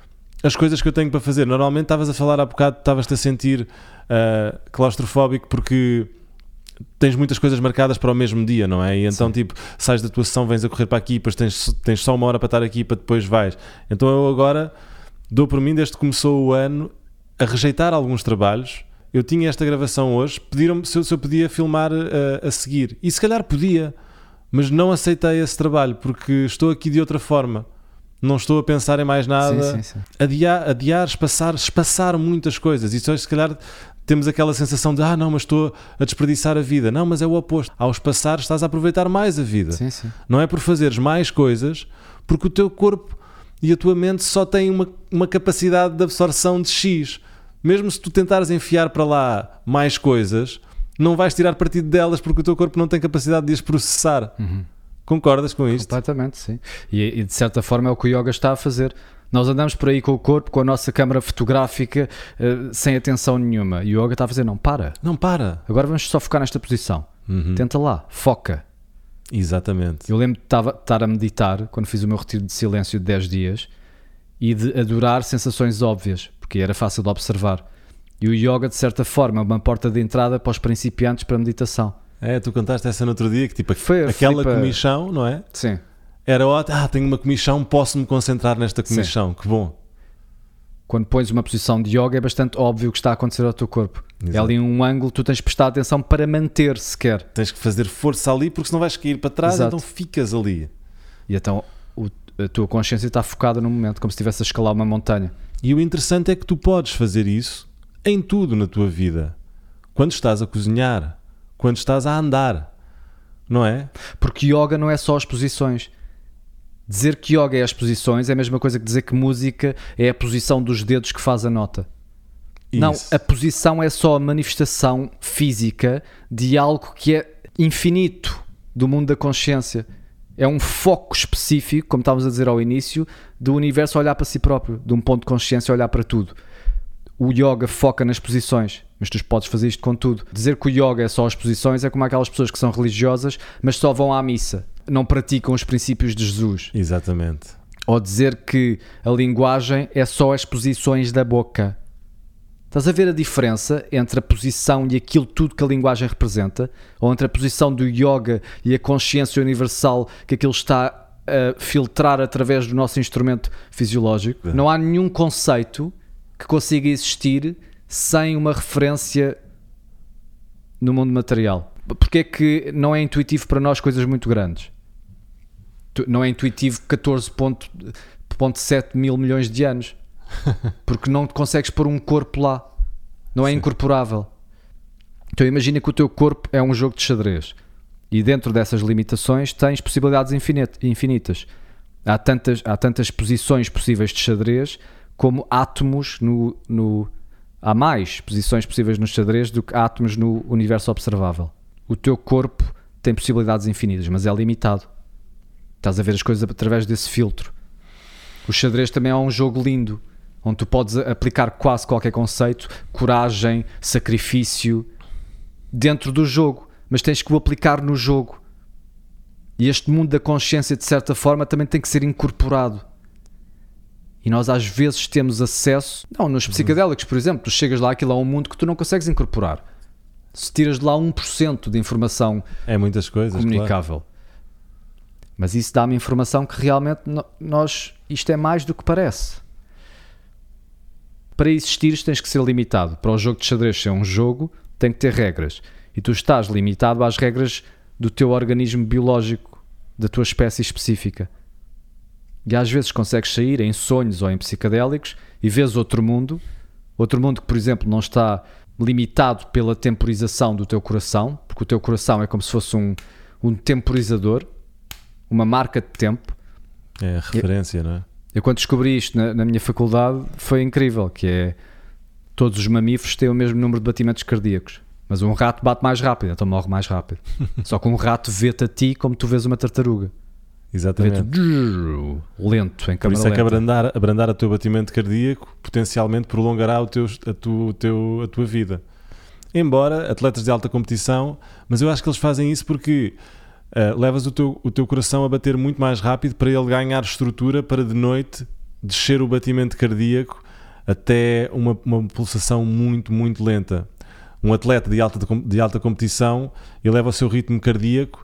as coisas que eu tenho para fazer. Normalmente estavas a falar há bocado, estavas-te a sentir claustrofóbico porque tens muitas coisas marcadas para o mesmo dia, não é? E então tipo, sais da tua sessão, vens a correr para aqui, depois tens só uma hora para estar aqui, para depois vais. Então eu agora dou por mim, desde que começou o ano, a rejeitar alguns trabalhos. Eu tinha esta gravação hoje, pediram-me se eu podia filmar a seguir. E se calhar podia, mas não aceitei esse trabalho, porque estou aqui de outra forma. Não estou a pensar em mais nada. Sim. Adiar, espaçar muitas coisas. E só se calhar temos aquela sensação de não, mas estou a desperdiçar a vida. Não, mas é o oposto. Ao espaçar estás a aproveitar mais a vida. Sim. Não é por fazeres mais coisas, porque o teu corpo e a tua mente só têm uma capacidade de absorção de X. Mesmo se tu tentares enfiar para lá mais coisas, não vais tirar partido delas porque o teu corpo não tem capacidade de as processar. Concordas com isto? Completamente, sim. E de certa forma é o que o yoga está a fazer. Nós andamos por aí com o corpo, com a nossa câmara fotográfica, sem atenção nenhuma. E o yoga está a fazer, não para. Agora vamos só focar nesta posição. Tenta lá, foca. Exatamente. Eu lembro de estar a meditar, quando fiz o meu retiro de silêncio de 10 dias, e de adorar sensações óbvias, porque era fácil de observar. E o yoga, de certa forma, é uma porta de entrada para os principiantes para a meditação. Tu contaste essa no outro dia, que tipo, aquela comichão, não é? Sim. Era ótimo, tenho uma comichão, posso-me concentrar nesta comichão, sim. Que bom. Quando pões uma posição de yoga é bastante óbvio o que está a acontecer ao teu corpo. Exato. É ali um ângulo, tu tens de prestar atenção para manter sequer. Tens que fazer força ali, porque senão vais cair para trás. Exato. Então ficas ali. E então a tua consciência está focada no momento, como se estivesse a escalar uma montanha. E o interessante é que tu podes fazer isso em tudo na tua vida. Quando estás a cozinhar, quando estás a andar, não é? Porque yoga não é só as posições. Dizer que yoga é as posições é a mesma coisa que dizer que música é a posição dos dedos que faz a nota. Isso. Não, a posição é só a manifestação física de algo que é infinito do mundo da consciência. É um foco específico, como estávamos a dizer ao início, do universo olhar para si próprio, de um ponto de consciência olhar para tudo. O yoga foca nas posições, mas tu podes fazer isto com tudo. Dizer que o yoga é só as posições é como aquelas pessoas que são religiosas, mas só vão à missa, não praticam os princípios de Jesus. Exatamente. Ou dizer que a linguagem é só as posições da boca. Estás a ver a diferença entre a posição e aquilo tudo que a linguagem representa? Ou entre a posição do yoga e a consciência universal que aquilo está a filtrar através do nosso instrumento fisiológico? Não há nenhum conceito que consiga existir sem uma referência no mundo material. Porque é que não é intuitivo para nós coisas muito grandes? Não é intuitivo 14,7 mil milhões de anos. Porque não consegues pôr um corpo lá. Não é incorporável. Então imagina que o teu corpo é um jogo de xadrez. E dentro dessas limitações tens possibilidades infinitas. Há tantas posições possíveis de xadrez como átomos há mais posições possíveis no xadrez do que átomos no universo observável. O teu corpo tem possibilidades infinitas, mas é limitado. Estás a ver as coisas através desse filtro. O xadrez também é um jogo lindo, onde tu podes aplicar quase qualquer conceito, coragem, sacrifício, dentro do jogo, mas tens que o aplicar no jogo. E este mundo da consciência, de certa forma, também tem que ser incorporado. E nós às vezes temos acesso... Não, nos psicadélicos, por exemplo, tu chegas lá, aquilo é um mundo que tu não consegues incorporar. Se tiras de lá 1% de informação muitas coisas, comunicável. Claro. Mas isso dá-me informação que realmente isto é mais do que parece. Para existires tens que ser limitado. Para o jogo de xadrez ser um jogo, tem que ter regras. E tu estás limitado às regras do teu organismo biológico, da tua espécie específica. E às vezes consegues sair em sonhos ou em psicadélicos e vês outro mundo que, por exemplo, não está limitado pela temporização do teu coração, porque o teu coração é como se fosse um temporizador, uma marca de tempo. É a referência, não é? Eu quando descobri isto na minha faculdade foi incrível, que é todos os mamíferos têm o mesmo número de batimentos cardíacos, mas um rato bate mais rápido, então morre mais rápido. Só que um rato vê-te a ti como tu vês uma tartaruga. Exatamente. Lento, em câmara lenta. Por isso é que abrandar o teu batimento cardíaco potencialmente prolongará a tua vida. Embora atletas de alta competição, mas eu acho que eles fazem isso porque levas o teu coração a bater muito mais rápido para ele ganhar estrutura para de noite descer o batimento cardíaco até uma pulsação muito, muito lenta. Um atleta de alta competição, ele leva o seu ritmo cardíaco,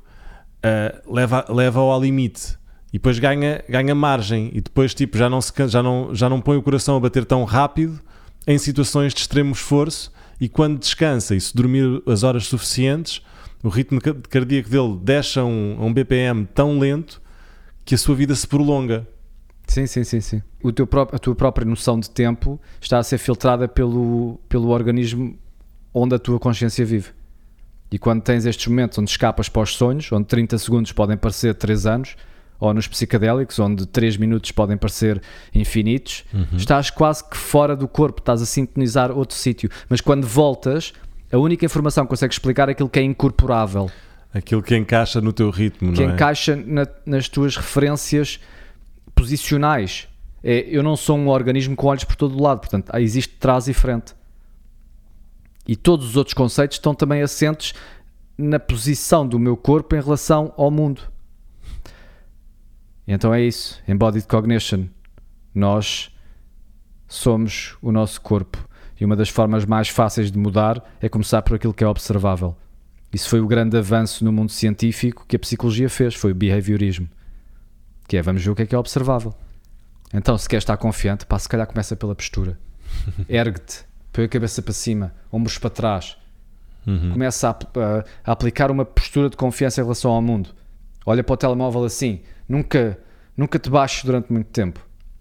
leva-o ao limite e depois ganha margem e depois já não põe o coração a bater tão rápido em situações de extremo esforço, e quando descansa e se dormir as horas suficientes, o ritmo cardíaco dele desce a um BPM tão lento que a sua vida se prolonga. Sim. A tua própria noção de tempo está a ser filtrada pelo organismo onde a tua consciência vive. E quando tens estes momentos onde escapas para os sonhos, onde 30 segundos podem parecer 3 anos, ou nos psicadélicos, onde 3 minutos podem parecer infinitos, estás quase que fora do corpo, estás a sintonizar outro sítio. Mas quando voltas, a única informação que consegues explicar é aquilo que é incorporável. Aquilo que encaixa no teu ritmo, não é? Que encaixa nas tuas referências posicionais. Eu não sou um organismo com olhos por todo o lado, portanto, existe trás e frente. E todos os outros conceitos estão também assentes na posição do meu corpo em relação ao mundo. E então é isso. Embodied Cognition. Nós somos o nosso corpo. E uma das formas mais fáceis de mudar é começar por aquilo que é observável. Isso foi o grande avanço no mundo científico que a psicologia fez. Foi o behaviorismo. Que é, vamos ver o que é observável. Então, se queres estar confiante, se calhar começa pela postura. Ergue-te. Põe a cabeça para cima, ombros para trás. Começa a aplicar uma postura de confiança em relação ao mundo. Olha para o telemóvel assim. Nunca te baixes durante muito tempo.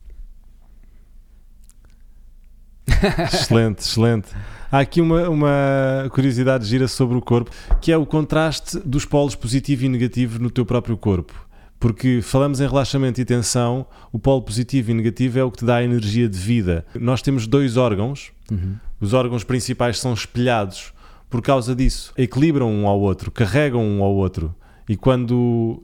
Excelente. Há aqui uma curiosidade gira sobre o corpo, que é o contraste dos polos positivo e negativo no teu próprio corpo. Porque falamos em relaxamento e tensão, o polo positivo e negativo é o que te dá a energia de vida. Nós temos 2 órgãos, os órgãos principais são espelhados por causa disso, equilibram um ao outro, carregam um ao outro. E quando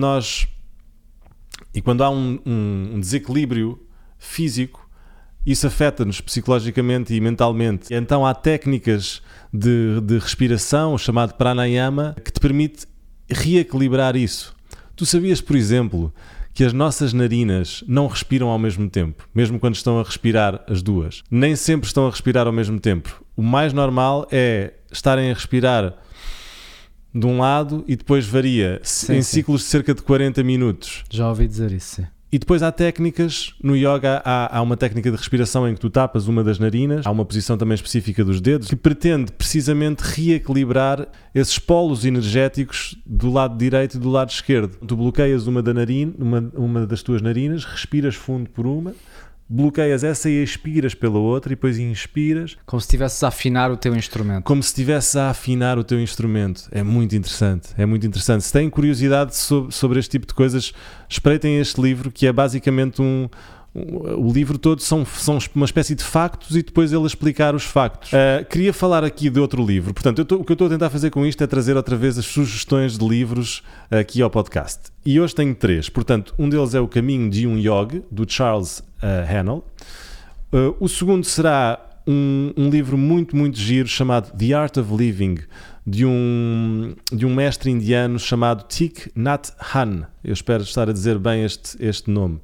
há um desequilíbrio físico, isso afeta-nos psicologicamente e mentalmente. Então há técnicas de respiração, o chamado pranayama, que te permite reequilibrar isso. Tu sabias, por exemplo, que as nossas narinas não respiram ao mesmo tempo, mesmo quando estão a respirar as duas? Nem sempre estão a respirar ao mesmo tempo. O mais normal é estarem a respirar de um lado e depois varia em ciclos de cerca de 40 minutos. Já ouvi dizer isso, sim. E depois há técnicas, no yoga há uma técnica de respiração em que tu tapas uma das narinas, há uma posição também específica dos dedos, que pretende precisamente reequilibrar esses polos energéticos do lado direito e do lado esquerdo. Tu bloqueias uma das tuas narinas, respiras fundo por uma, bloqueias essa e expiras pela outra e depois inspiras. Como se estivesses a afinar o teu instrumento. Como se estivesses a afinar o teu instrumento. É muito interessante, é muito interessante. Se têm curiosidade sobre este tipo de coisas, espreitem este livro, que é basicamente o livro todo são uma espécie de factos e depois ele explicar os factos. Queria falar aqui de outro livro. Portanto, o que eu estou a tentar fazer com isto é trazer outra vez as sugestões de livros aqui ao podcast. E hoje tenho 3. Portanto, um deles é O Caminho de um Yogi, do Charles Haanel. O segundo será um livro muito, muito giro chamado The Art of Living, de um mestre indiano chamado Thich Nhat Hanh. Eu espero estar a dizer bem este nome.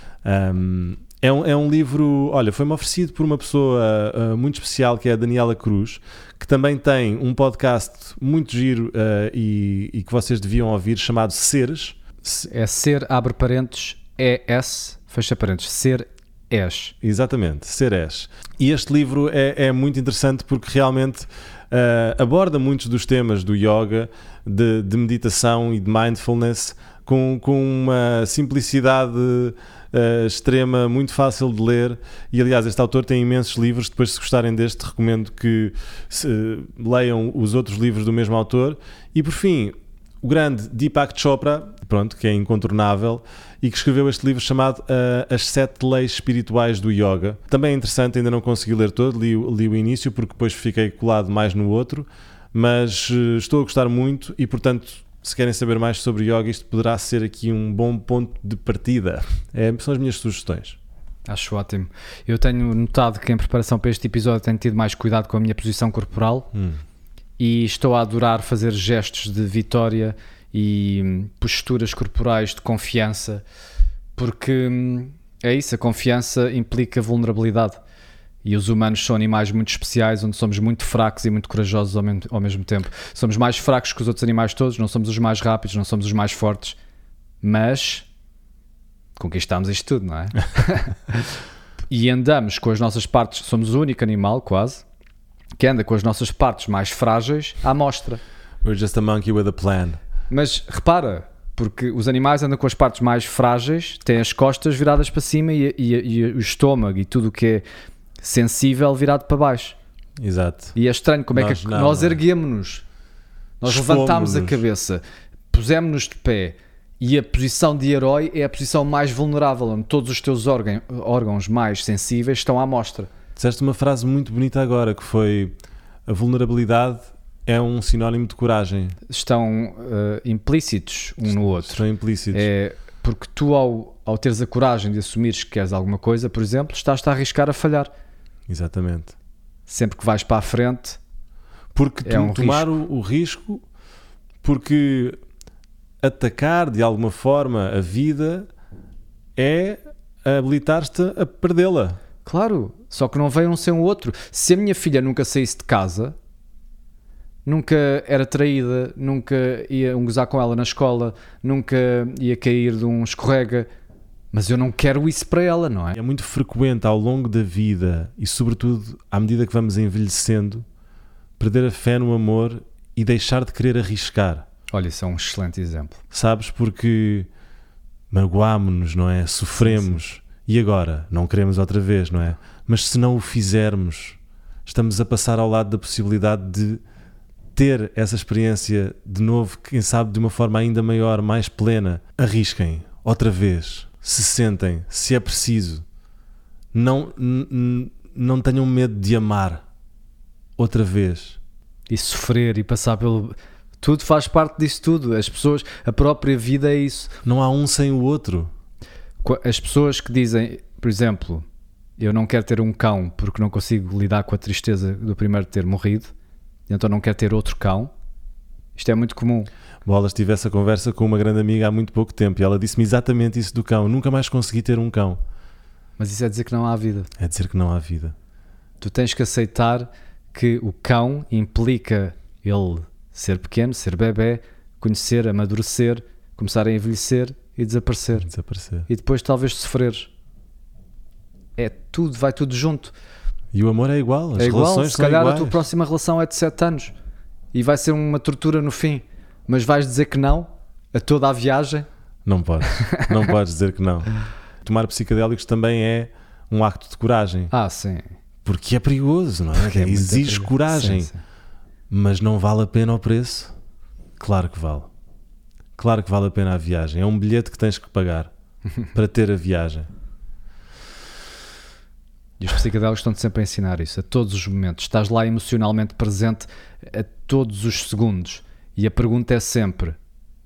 É um livro, olha, foi-me oferecido por uma pessoa muito especial, que é a Daniela Cruz, que também tem um podcast muito giro e que vocês deviam ouvir, chamado Seres. É ser, abre parênteses, ES, fecha parênteses, ser és. Exatamente, ser és. E este livro é muito interessante porque realmente aborda muitos dos temas do yoga, de meditação e de mindfulness com uma simplicidade extrema, muito fácil de ler. E aliás, este autor tem imensos livros. Depois, se gostarem deste, recomendo que leiam os outros livros do mesmo autor. E por fim, o grande Deepak Chopra, pronto, que é incontornável, e que escreveu este livro chamado As 7 Leis Espirituais do Yoga. Também é interessante, ainda não consegui ler todo, li o início porque depois fiquei colado mais no outro, mas estou a gostar muito e, portanto, se querem saber mais sobre yoga, isto poderá ser aqui um bom ponto de partida. São as minhas sugestões. Acho ótimo. Eu tenho notado que em preparação para este episódio tenho tido mais cuidado com a minha posição corporal e estou a adorar fazer gestos de vitória e posturas corporais de confiança, porque é isso, a confiança implica vulnerabilidade. E os humanos são animais muito especiais, onde somos muito fracos e muito corajosos ao mesmo tempo. Somos mais fracos que os outros animais todos, não somos os mais rápidos, não somos os mais fortes, mas conquistamos isto tudo, não é? E andamos com as nossas partes, somos o único animal, quase, que anda com as nossas partes mais frágeis à mostra. We're just a monkey with a plan. Mas repara, porque os animais andam com as partes mais frágeis, têm as costas viradas para cima e o estômago e tudo o que é sensível virado para baixo. Exato. E é estranho como é que nós erguemos-nos, nós levantámos a cabeça, pusemos-nos de pé, e a posição de herói é a posição mais vulnerável, onde todos os teus órgãos mais sensíveis estão à mostra. Disseste uma frase muito bonita agora, que foi: a vulnerabilidade é um sinónimo de coragem. Estão implícitos um no outro. Estão implícitos. Porque tu, ao teres a coragem de assumires que queres alguma coisa, por exemplo, estás-te a arriscar a falhar. Exatamente. Sempre que vais para a frente, porque tomar o risco, porque atacar de alguma forma a vida é habilitar-te a perdê-la. Claro, só que não veio um sem o outro. Se a minha filha nunca saísse de casa, nunca era traída, nunca ia gozar com ela na escola, nunca ia cair de um escorrega, mas eu não quero isso para ela, não é? É muito frequente ao longo da vida e sobretudo à medida que vamos envelhecendo, perder a fé no amor e deixar de querer arriscar. Olha, isso é um excelente exemplo. Sabes, porque magoámos-nos, não é? Sofremos. Sim. E agora? Não queremos outra vez, não é? Mas se não o fizermos, estamos a passar ao lado da possibilidade de ter essa experiência de novo, quem sabe de uma forma ainda maior, mais plena. Arrisquem outra vez, se sentem, se é preciso. Não tenham medo de amar outra vez. E sofrer e passar pelo... Tudo faz parte disso tudo. As pessoas, a própria vida é isso. Não há um sem o outro. As pessoas que dizem, por exemplo, eu não quero ter um cão porque não consigo lidar com a tristeza do primeiro ter morrido, então não quero ter outro cão. Isto é muito comum. Bolas, tive essa conversa com uma grande amiga há muito pouco tempo e ela disse-me exatamente isso do cão. Nunca mais consegui ter um cão. Mas isso é dizer que não há vida. É dizer que não há vida. Tu tens que aceitar que o cão implica ele ser pequeno, ser bebê, conhecer, amadurecer, começar a envelhecer e desaparecer. E depois talvez sofreres. É tudo, vai tudo junto. E o amor é igual, as relações são iguais. Se calhar a tua próxima relação é de 7 anos e vai ser uma tortura no fim, mas vais dizer que não a toda a viagem? Não podes, não podes dizer que não. Tomar psicodélicos também é um acto de coragem. Sim. Porque é perigoso, não é? Exige coragem. Sim. Mas não vale a pena o preço? Claro que vale. Claro que vale a pena a viagem. É um bilhete que tens que pagar para ter a viagem. E os psicodélicos estão-te sempre a ensinar isso, a todos os momentos. Estás lá emocionalmente presente a todos os segundos. E a pergunta é sempre: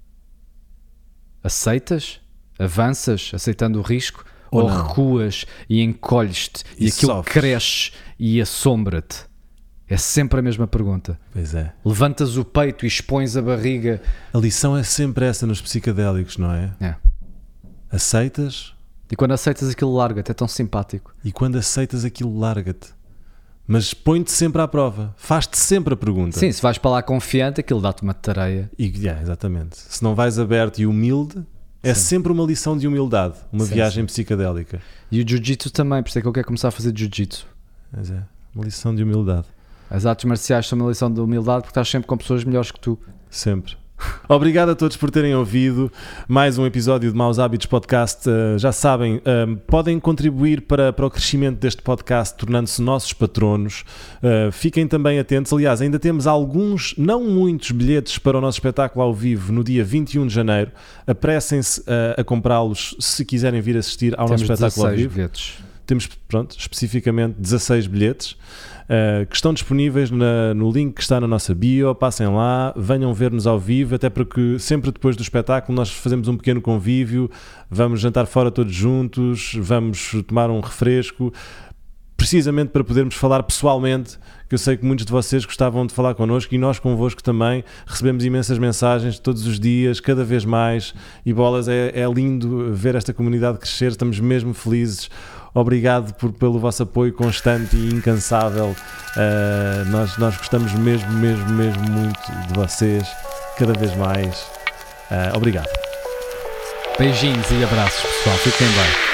aceitas? Avanças aceitando o risco? Ou recuas e encolhes-te e aquilo sofres. Cresce e assombra-te? É sempre a mesma pergunta. Pois é. Levantas o peito e expões a barriga. A lição é sempre essa nos psicodélicos, não é? É. Aceitas? E quando aceitas aquilo, larga-te. É tão simpático. E quando aceitas aquilo, larga-te. Mas põe-te sempre à prova. Faz-te sempre a pergunta. Sim, se vais para lá confiante, aquilo dá-te uma tareia. Exatamente. Se não vais aberto e humilde, é sempre uma lição de humildade. Uma viagem psicodélica. E o jiu-jitsu também. Por isso é que eu quero começar a fazer jiu-jitsu. Mas é uma lição de humildade. As artes marciais são uma lição de humildade porque estás sempre com pessoas melhores que tu. Sempre. Obrigado a todos por terem ouvido mais um episódio de Maus Hábitos Podcast. Já sabem, podem contribuir para o crescimento deste podcast tornando-se nossos patronos. Fiquem também atentos. Aliás, ainda temos alguns, não muitos, bilhetes para o nosso espetáculo ao vivo no dia 21 de janeiro. Apressem-se a comprá-los se quiserem vir assistir ao nosso espetáculo ao vivo. Bilhetes. Temos, especificamente 16 bilhetes. Que estão disponíveis no link que está na nossa bio. Passem lá, venham ver-nos ao vivo, até porque sempre depois do espetáculo nós fazemos um pequeno convívio, vamos jantar fora todos juntos, vamos tomar um refresco, precisamente para podermos falar pessoalmente, que eu sei que muitos de vocês gostavam de falar connosco e nós convosco também. Recebemos imensas mensagens todos os dias, cada vez mais, e bolas, é lindo ver esta comunidade crescer, estamos mesmo felizes. Obrigado pelo vosso apoio constante e incansável. Nós gostamos mesmo muito de vocês, cada vez mais. Obrigado. Beijinhos e abraços, pessoal. Fiquem bem.